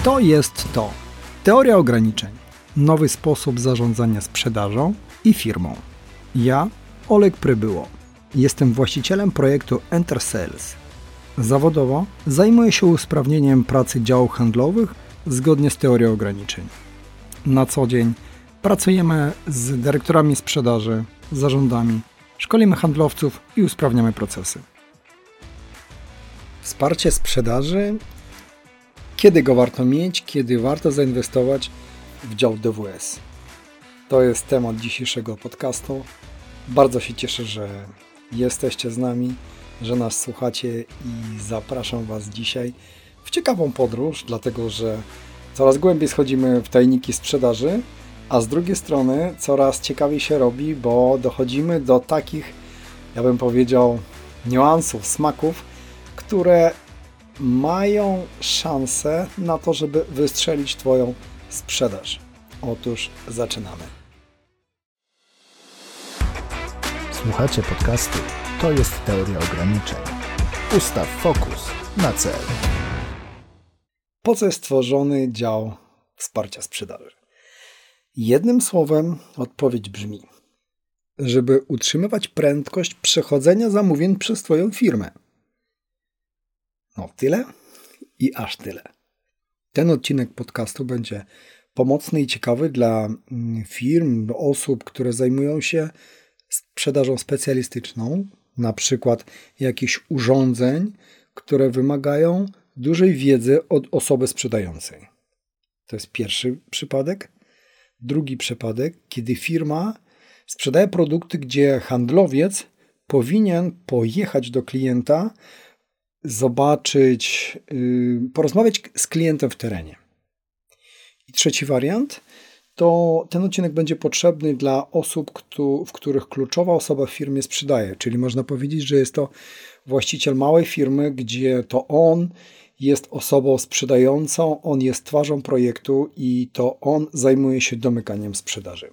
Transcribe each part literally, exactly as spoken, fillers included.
To jest to. Teoria ograniczeń. Nowy sposób zarządzania sprzedażą i firmą. Ja, Oleg Przybyło. Jestem właścicielem projektu Enter Sales. Zawodowo zajmuję się usprawnieniem pracy działów handlowych zgodnie z teorią ograniczeń. Na co dzień pracujemy z dyrektorami sprzedaży, zarządami, szkolimy handlowców i usprawniamy procesy. Wsparcie sprzedaży. Kiedy go warto mieć, kiedy warto zainwestować w dział D W S. To jest temat dzisiejszego podcastu. Bardzo się cieszę, że jesteście z nami, że nas słuchacie i zapraszam Was dzisiaj w ciekawą podróż, dlatego że coraz głębiej schodzimy w tajniki sprzedaży, a z drugiej strony coraz ciekawiej się robi, bo dochodzimy do takich, ja bym powiedział, niuansów, smaków, które mają szansę na to, żeby wystrzelić Twoją sprzedaż. Otóż zaczynamy. Słuchacie podcastu To jest teoria ograniczeń. Ustaw fokus na cel. Po co jest stworzony dział wsparcia sprzedaży? Jednym słowem odpowiedź brzmi, żeby utrzymywać prędkość przechodzenia zamówień przez Twoją firmę. No tyle i aż tyle. Ten odcinek podcastu będzie pomocny i ciekawy dla firm, dla osób, które zajmują się sprzedażą specjalistyczną, na przykład jakichś urządzeń, które wymagają dużej wiedzy od osoby sprzedającej. To jest pierwszy przypadek. Drugi przypadek, kiedy firma sprzedaje produkty, gdzie handlowiec powinien pojechać do klienta, zobaczyć, yy, porozmawiać z klientem w terenie. I trzeci wariant, to ten odcinek będzie potrzebny dla osób, kto, w których kluczowa osoba w firmie sprzedaje, czyli można powiedzieć, że jest to właściciel małej firmy, gdzie to on jest osobą sprzedającą, on jest twarzą projektu i to on zajmuje się domykaniem sprzedaży.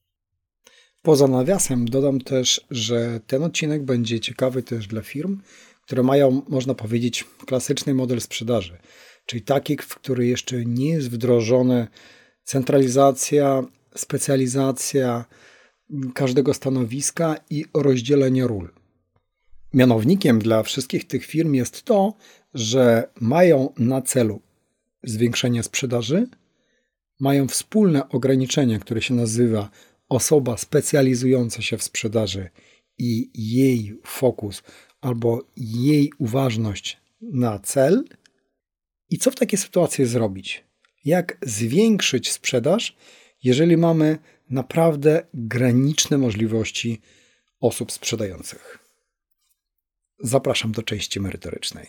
Poza nawiasem dodam też, że ten odcinek będzie ciekawy też dla firm, które mają, można powiedzieć, klasyczny model sprzedaży, czyli takich, w których jeszcze nie jest wdrożona centralizacja, specjalizacja każdego stanowiska i rozdzielenie ról. Mianownikiem dla wszystkich tych firm jest to, że mają na celu zwiększenie sprzedaży, mają wspólne ograniczenie, które się nazywa osoba specjalizująca się w sprzedaży i jej fokus albo jej uważność na cel. I co w takiej sytuacji zrobić? Jak zwiększyć sprzedaż, jeżeli mamy naprawdę graniczne możliwości osób sprzedających? Zapraszam do części merytorycznej.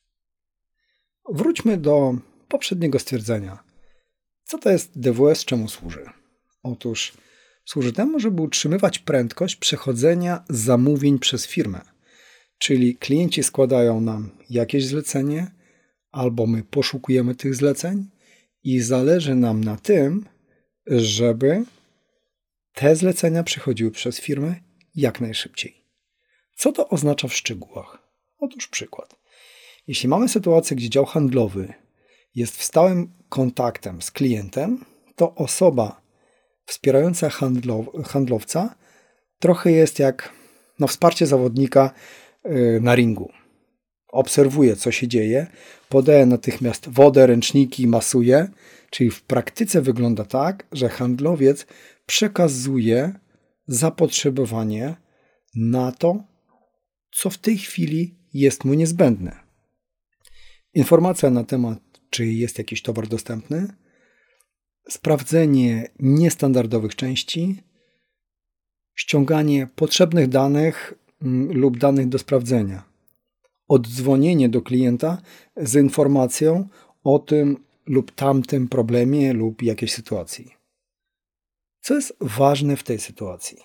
Wróćmy do poprzedniego stwierdzenia. Co to jest D W S, czemu służy? Otóż służy temu, żeby utrzymywać prędkość przechodzenia zamówień przez firmę. Czyli klienci składają nam jakieś zlecenie, albo my poszukujemy tych zleceń i zależy nam na tym, żeby te zlecenia przechodziły przez firmę jak najszybciej. Co to oznacza w szczegółach? Otóż przykład. Jeśli mamy sytuację, gdzie dział handlowy jest w stałym kontaktem z klientem, to osoba wspierająca handlow- handlowca trochę jest jak no, wsparcie zawodnika yy, na ringu. Obserwuje, co się dzieje, podaje natychmiast wodę, ręczniki, masuje, czyli w praktyce wygląda tak, że handlowiec przekazuje zapotrzebowanie na to, co w tej chwili jest mu niezbędne. Informacja na temat, czy jest jakiś towar dostępny, sprawdzenie niestandardowych części, ściąganie potrzebnych danych lub danych do sprawdzenia, oddzwonienie do klienta z informacją o tym lub tamtym problemie lub jakiejś sytuacji. Co jest ważne w tej sytuacji?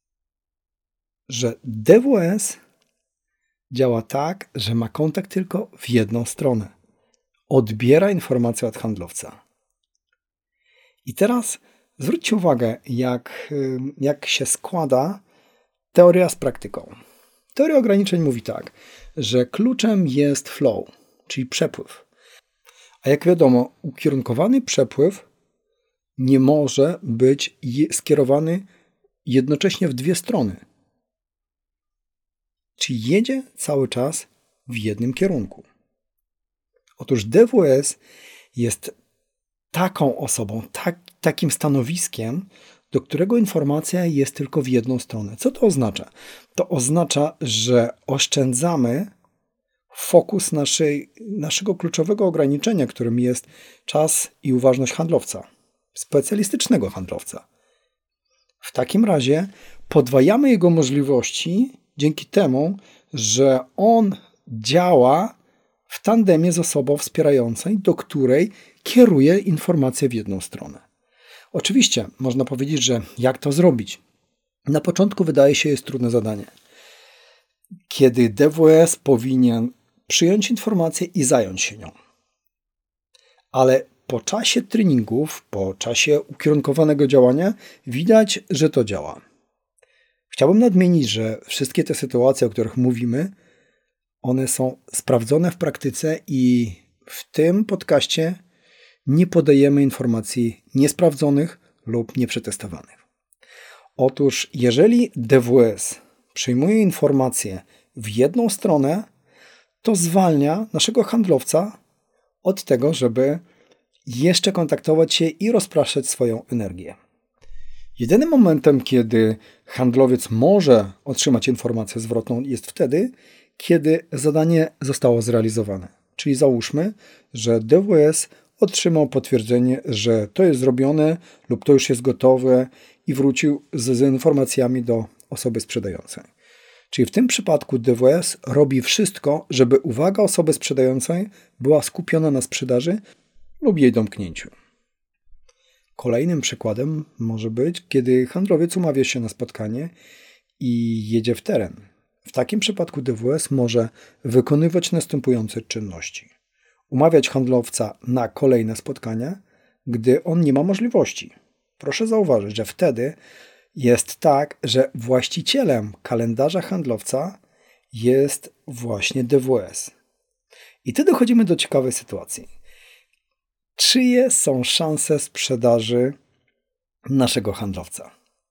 Że D W S działa tak, że ma kontakt tylko w jedną stronę. Odbiera informację od handlowca. I teraz zwróćcie uwagę, jak, jak się składa teoria z praktyką. Teoria ograniczeń mówi tak, że kluczem jest flow, czyli przepływ. A jak wiadomo, ukierunkowany przepływ nie może być skierowany jednocześnie w dwie strony. Czyli jedzie cały czas w jednym kierunku. Otóż D W S jest taką osobą, tak, takim stanowiskiem, do którego informacja jest tylko w jedną stronę. Co to oznacza? To oznacza, że oszczędzamy fokus naszej, naszego kluczowego ograniczenia, którym jest czas i uważność handlowca, specjalistycznego handlowca. W takim razie podwajamy jego możliwości dzięki temu, że on działa w tandemie z osobą wspierającą, do której kieruje informację w jedną stronę. Oczywiście można powiedzieć, że jak to zrobić? Na początku wydaje się jest trudne zadanie. Kiedy D W S powinien przyjąć informację i zająć się nią. Ale po czasie treningów, po czasie ukierunkowanego działania widać, że to działa. Chciałbym nadmienić, że wszystkie te sytuacje, o których mówimy, one są sprawdzone w praktyce i w tym podcaście nie podajemy informacji niesprawdzonych lub nieprzetestowanych. Otóż jeżeli D W S przyjmuje informacje w jedną stronę, to zwalnia naszego handlowca od tego, żeby jeszcze kontaktować się i rozpraszać swoją energię. Jedynym momentem, kiedy handlowiec może otrzymać informację zwrotną, jest wtedy, kiedy zadanie zostało zrealizowane. Czyli załóżmy, że D W S otrzymał potwierdzenie, że to jest zrobione lub to już jest gotowe i wrócił z, z informacjami do osoby sprzedającej. Czyli w tym przypadku D W S robi wszystko, żeby uwaga osoby sprzedającej była skupiona na sprzedaży lub jej domknięciu. Kolejnym przykładem może być, kiedy handlowiec umawia się na spotkanie i jedzie w teren. W takim przypadku D W S może wykonywać następujące czynności. Umawiać handlowca na kolejne spotkania, gdy on nie ma możliwości. Proszę zauważyć, że wtedy jest tak, że właścicielem kalendarza handlowca jest właśnie D W S. I tu dochodzimy do ciekawej sytuacji. Czyje są szanse sprzedaży naszego handlowca?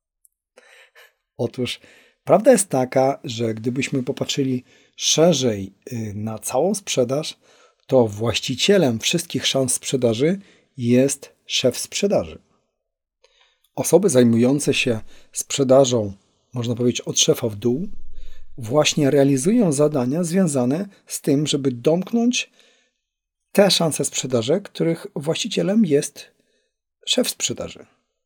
Otóż prawda jest taka, że gdybyśmy popatrzyli szerzej na całą sprzedaż, to właścicielem wszystkich szans sprzedaży jest szef sprzedaży. Osoby zajmujące się sprzedażą, można powiedzieć od szefa w dół, właśnie realizują zadania związane z tym, żeby domknąć te szanse sprzedaży, których właścicielem jest szef sprzedaży.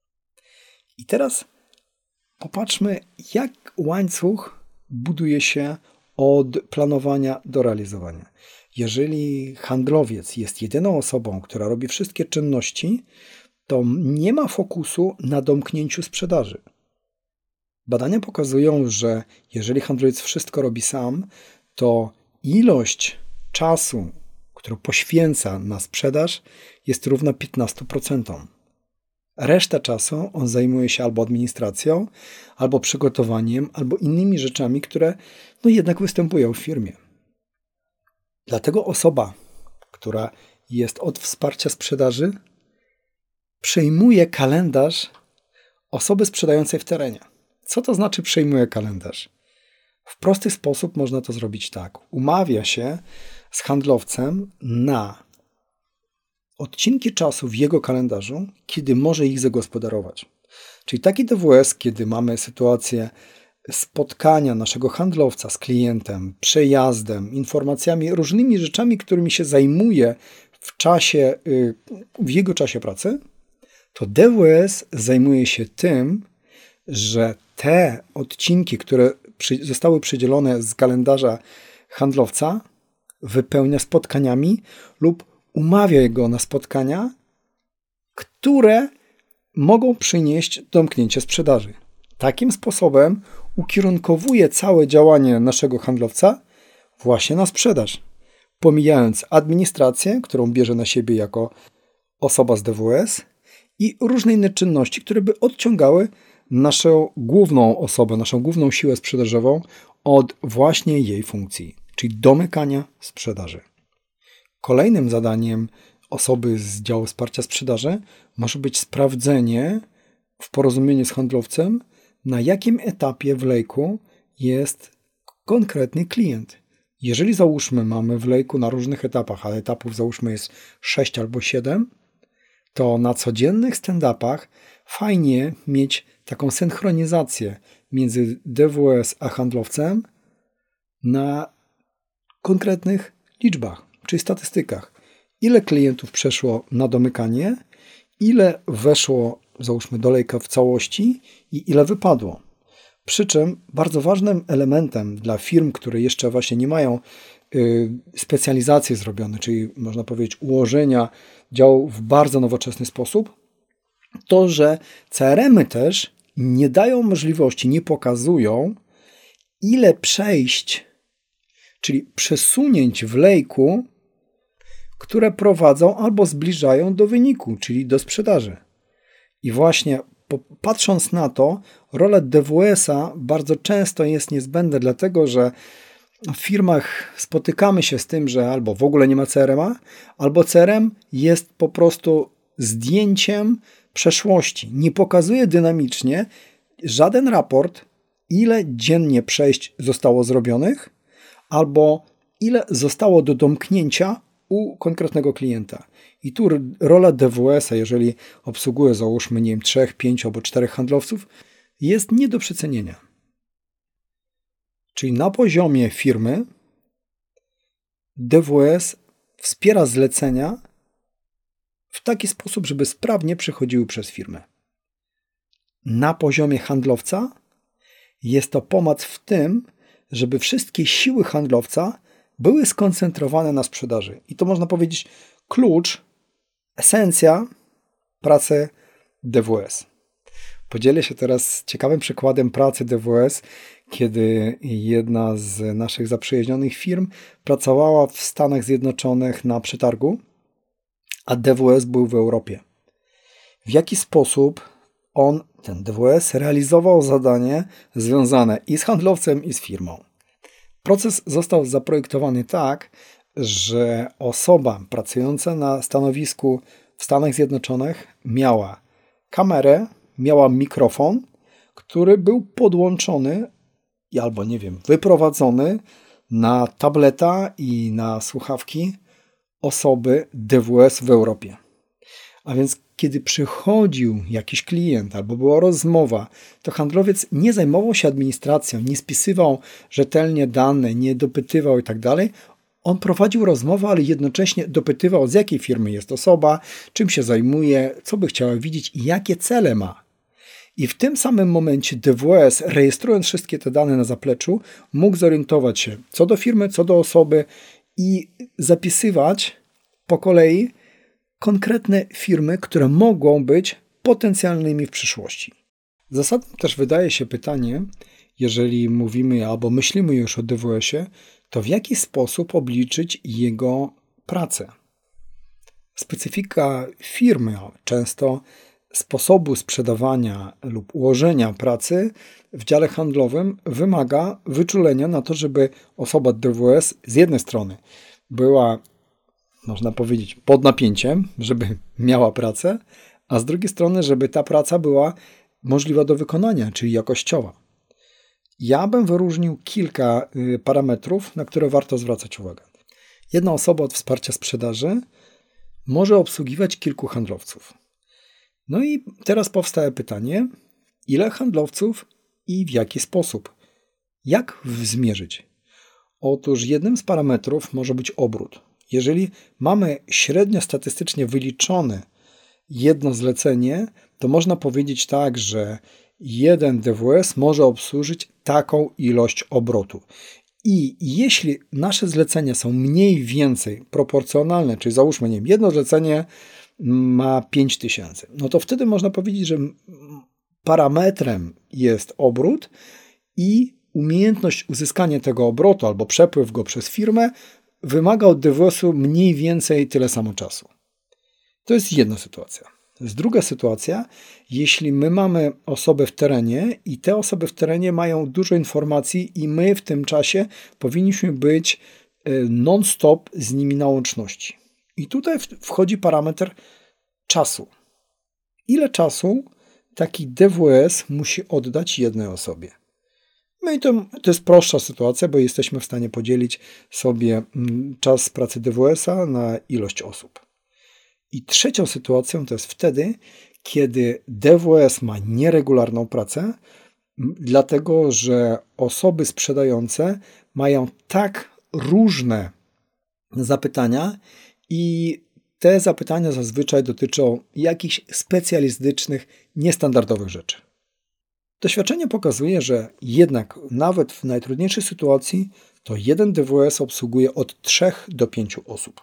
I teraz popatrzmy, jak łańcuch buduje się od planowania do realizowania. Jeżeli handlowiec jest jedyną osobą, która robi wszystkie czynności, to nie ma fokusu na domknięciu sprzedaży. Badania pokazują, że jeżeli handlowiec wszystko robi sam, to ilość czasu, którą poświęca na sprzedaż, jest równa piętnaście procent. Resztę czasu on zajmuje się albo administracją, albo przygotowaniem, albo innymi rzeczami, które no jednak występują w firmie. Dlatego osoba, która jest od wsparcia sprzedaży, przejmuje kalendarz osoby sprzedającej w terenie. Co to znaczy przejmuje kalendarz? W prosty sposób można to zrobić tak. Umawia się z handlowcem na odcinki czasu w jego kalendarzu, kiedy może ich zagospodarować. Czyli taki D W S, kiedy mamy sytuację spotkania naszego handlowca z klientem, przejazdem, informacjami, różnymi rzeczami, którymi się zajmuje w czasie, w jego czasie pracy, to D W S zajmuje się tym, że te odcinki, które przy, zostały przydzielone z kalendarza handlowca, wypełnia spotkaniami lub umawia go na spotkania, które mogą przynieść domknięcie sprzedaży. Takim sposobem ukierunkowuje całe działanie naszego handlowca właśnie na sprzedaż, pomijając administrację, którą bierze na siebie jako osoba z D W S i różne inne czynności, które by odciągały naszą główną osobę, naszą główną siłę sprzedażową od właśnie jej funkcji, czyli domykania sprzedaży. Kolejnym zadaniem osoby z działu wsparcia sprzedaży może być sprawdzenie w porozumieniu z handlowcem, na jakim etapie w lejku jest konkretny klient. Jeżeli załóżmy mamy w lejku na różnych etapach, ale etapów załóżmy jest sześć albo siedem, to na codziennych stand-upach fajnie mieć taką synchronizację między D W S a handlowcem na konkretnych liczbach, czyli statystykach. Ile klientów przeszło na domykanie, ile weszło, załóżmy, do lejka w całości i ile wypadło. Przy czym bardzo ważnym elementem dla firm, które jeszcze właśnie nie mają y, specjalizacji zrobione, czyli można powiedzieć ułożenia działu w bardzo nowoczesny sposób, to, że C R M y też nie dają możliwości, nie pokazują, ile przejść, czyli przesunięć w lejku, które prowadzą albo zbliżają do wyniku, czyli do sprzedaży. I właśnie patrząc na to, rola D W S-a bardzo często jest niezbędna, dlatego że w firmach spotykamy się z tym, że albo w ogóle nie ma C R M-a, albo C R M jest po prostu zdjęciem przeszłości. Nie pokazuje dynamicznie żaden raport, ile dziennie przejść zostało zrobionych, albo ile zostało do domknięcia u konkretnego klienta. I tu rola D W S-a, jeżeli obsługuje, załóżmy, nie wiem, trzech, pięciu albo czterech handlowców, jest nie do przecenienia. Czyli na poziomie firmy D W S wspiera zlecenia w taki sposób, żeby sprawnie przechodziły przez firmę. Na poziomie handlowca jest to pomoc w tym, żeby wszystkie siły handlowca były skoncentrowane na sprzedaży. I to można powiedzieć klucz, esencja pracy D W S. Podzielę się teraz ciekawym przykładem pracy D W S, kiedy jedna z naszych zaprzyjaźnionych firm pracowała w Stanach Zjednoczonych na przetargu, a D W S był w Europie. W jaki sposób on, ten D W S, realizował zadanie związane i z handlowcem, i z firmą? Proces został zaprojektowany tak, że osoba pracująca na stanowisku w Stanach Zjednoczonych miała kamerę, miała mikrofon, który był podłączony albo, nie wiem, wyprowadzony na tableta i na słuchawki osoby D W S w Europie. A więc kiedy przychodził jakiś klient albo była rozmowa, to handlowiec nie zajmował się administracją, nie spisywał rzetelnie dane, nie dopytywał i tak dalej. On prowadził rozmowę, ale jednocześnie dopytywał, z jakiej firmy jest osoba, czym się zajmuje, co by chciała widzieć i jakie cele ma. I w tym samym momencie D W S, rejestrując wszystkie te dane na zapleczu, mógł zorientować się co do firmy, co do osoby i zapisywać po kolei konkretne firmy, które mogą być potencjalnymi w przyszłości. Zasadne też wydaje się pytanie, jeżeli mówimy albo myślimy już o D W S-ie, to w jaki sposób obliczyć jego pracę? Specyfika firmy, często sposobu sprzedawania lub ułożenia pracy w dziale handlowym wymaga wyczulenia na to, żeby osoba D W S z jednej strony była, można powiedzieć, pod napięciem, żeby miała pracę, a z drugiej strony, żeby ta praca była możliwa do wykonania, czyli jakościowa. Ja bym wyróżnił kilka parametrów, na które warto zwracać uwagę. Jedna osoba od wsparcia sprzedaży może obsługiwać kilku handlowców. No i teraz powstaje pytanie, ile handlowców i w jaki sposób? Jak zmierzyć? Otóż jednym z parametrów może być obrót. Jeżeli mamy średnio statystycznie wyliczone jedno zlecenie, to można powiedzieć tak, że jeden D W S może obsłużyć taką ilość obrotu. I jeśli nasze zlecenia są mniej więcej proporcjonalne, czyli załóżmy, nie wiem, jedno zlecenie ma pięć tysięcy, no to wtedy można powiedzieć, że parametrem jest obrót i umiejętność uzyskania tego obrotu albo przepływ go przez firmę wymaga od D W S-u mniej więcej tyle samo czasu. To jest jedna sytuacja. To jest druga sytuacja, jeśli my mamy osobę w terenie i te osoby w terenie mają dużo informacji i my w tym czasie powinniśmy być non-stop z nimi na łączności. I tutaj wchodzi parametr czasu. Ile czasu taki D W S musi oddać jednej osobie? No i to, to jest prostsza sytuacja, bo jesteśmy w stanie podzielić sobie czas pracy D W S-a na ilość osób. I trzecią sytuacją to jest wtedy, kiedy D W S ma nieregularną pracę, dlatego że osoby sprzedające mają tak różne zapytania i te zapytania zazwyczaj dotyczą jakichś specjalistycznych, niestandardowych rzeczy. Doświadczenie pokazuje, że jednak nawet w najtrudniejszej sytuacji to jeden D W S obsługuje od trzech do pięciu osób.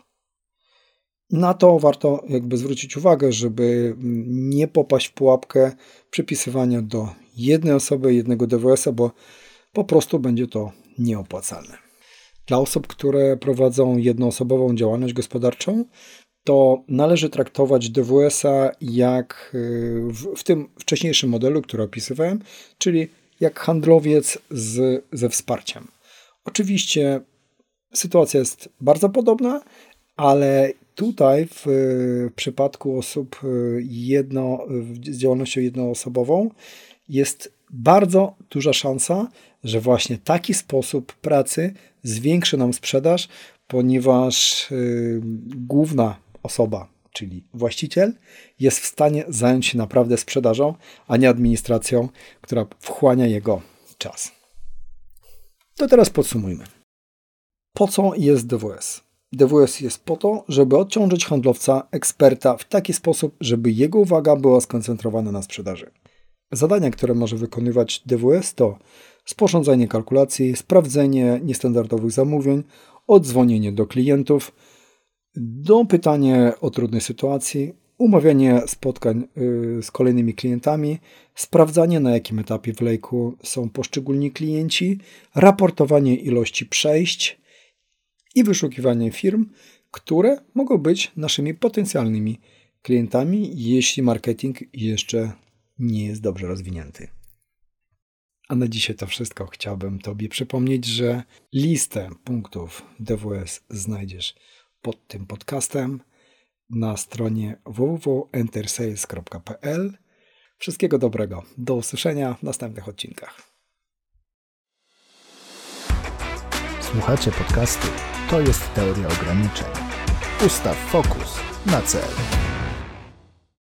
Na to warto jakby zwrócić uwagę, żeby nie popaść w pułapkę przypisywania do jednej osoby, jednego D W S-a, bo po prostu będzie to nieopłacalne. Dla osób, które prowadzą jednoosobową działalność gospodarczą, to należy traktować D W S-a jak w, w tym wcześniejszym modelu, który opisywałem, czyli jak handlowiec z, ze wsparciem. Oczywiście sytuacja jest bardzo podobna, ale tutaj w, w przypadku osób jedno, z działalnością jednoosobową jest bardzo duża szansa, że właśnie taki sposób pracy zwiększy nam sprzedaż, ponieważ yy, główna osoba, czyli właściciel, jest w stanie zająć się naprawdę sprzedażą, a nie administracją, która wchłania jego czas. To teraz podsumujmy. Po co jest D W S? D W S jest po to, żeby odciążyć handlowca, eksperta w taki sposób, żeby jego uwaga była skoncentrowana na sprzedaży. Zadania, które może wykonywać D W S, to sporządzanie kalkulacji, sprawdzenie niestandardowych zamówień, odzwonienie do klientów, dopytanie o trudnej sytuacji, umawianie spotkań z kolejnymi klientami, sprawdzanie, na jakim etapie w lejku są poszczególni klienci, raportowanie ilości przejść i wyszukiwanie firm, które mogą być naszymi potencjalnymi klientami, jeśli marketing jeszcze nie jest dobrze rozwinięty. A na dzisiaj to wszystko. Chciałbym Tobie przypomnieć, że listę punktów D W S znajdziesz pod tym podcastem na stronie w w w kropka entersales kropka p l. Wszystkiego dobrego. Do usłyszenia w następnych odcinkach. Słuchacie podcastu To jest teoria ograniczeń. Ustaw fokus na cel.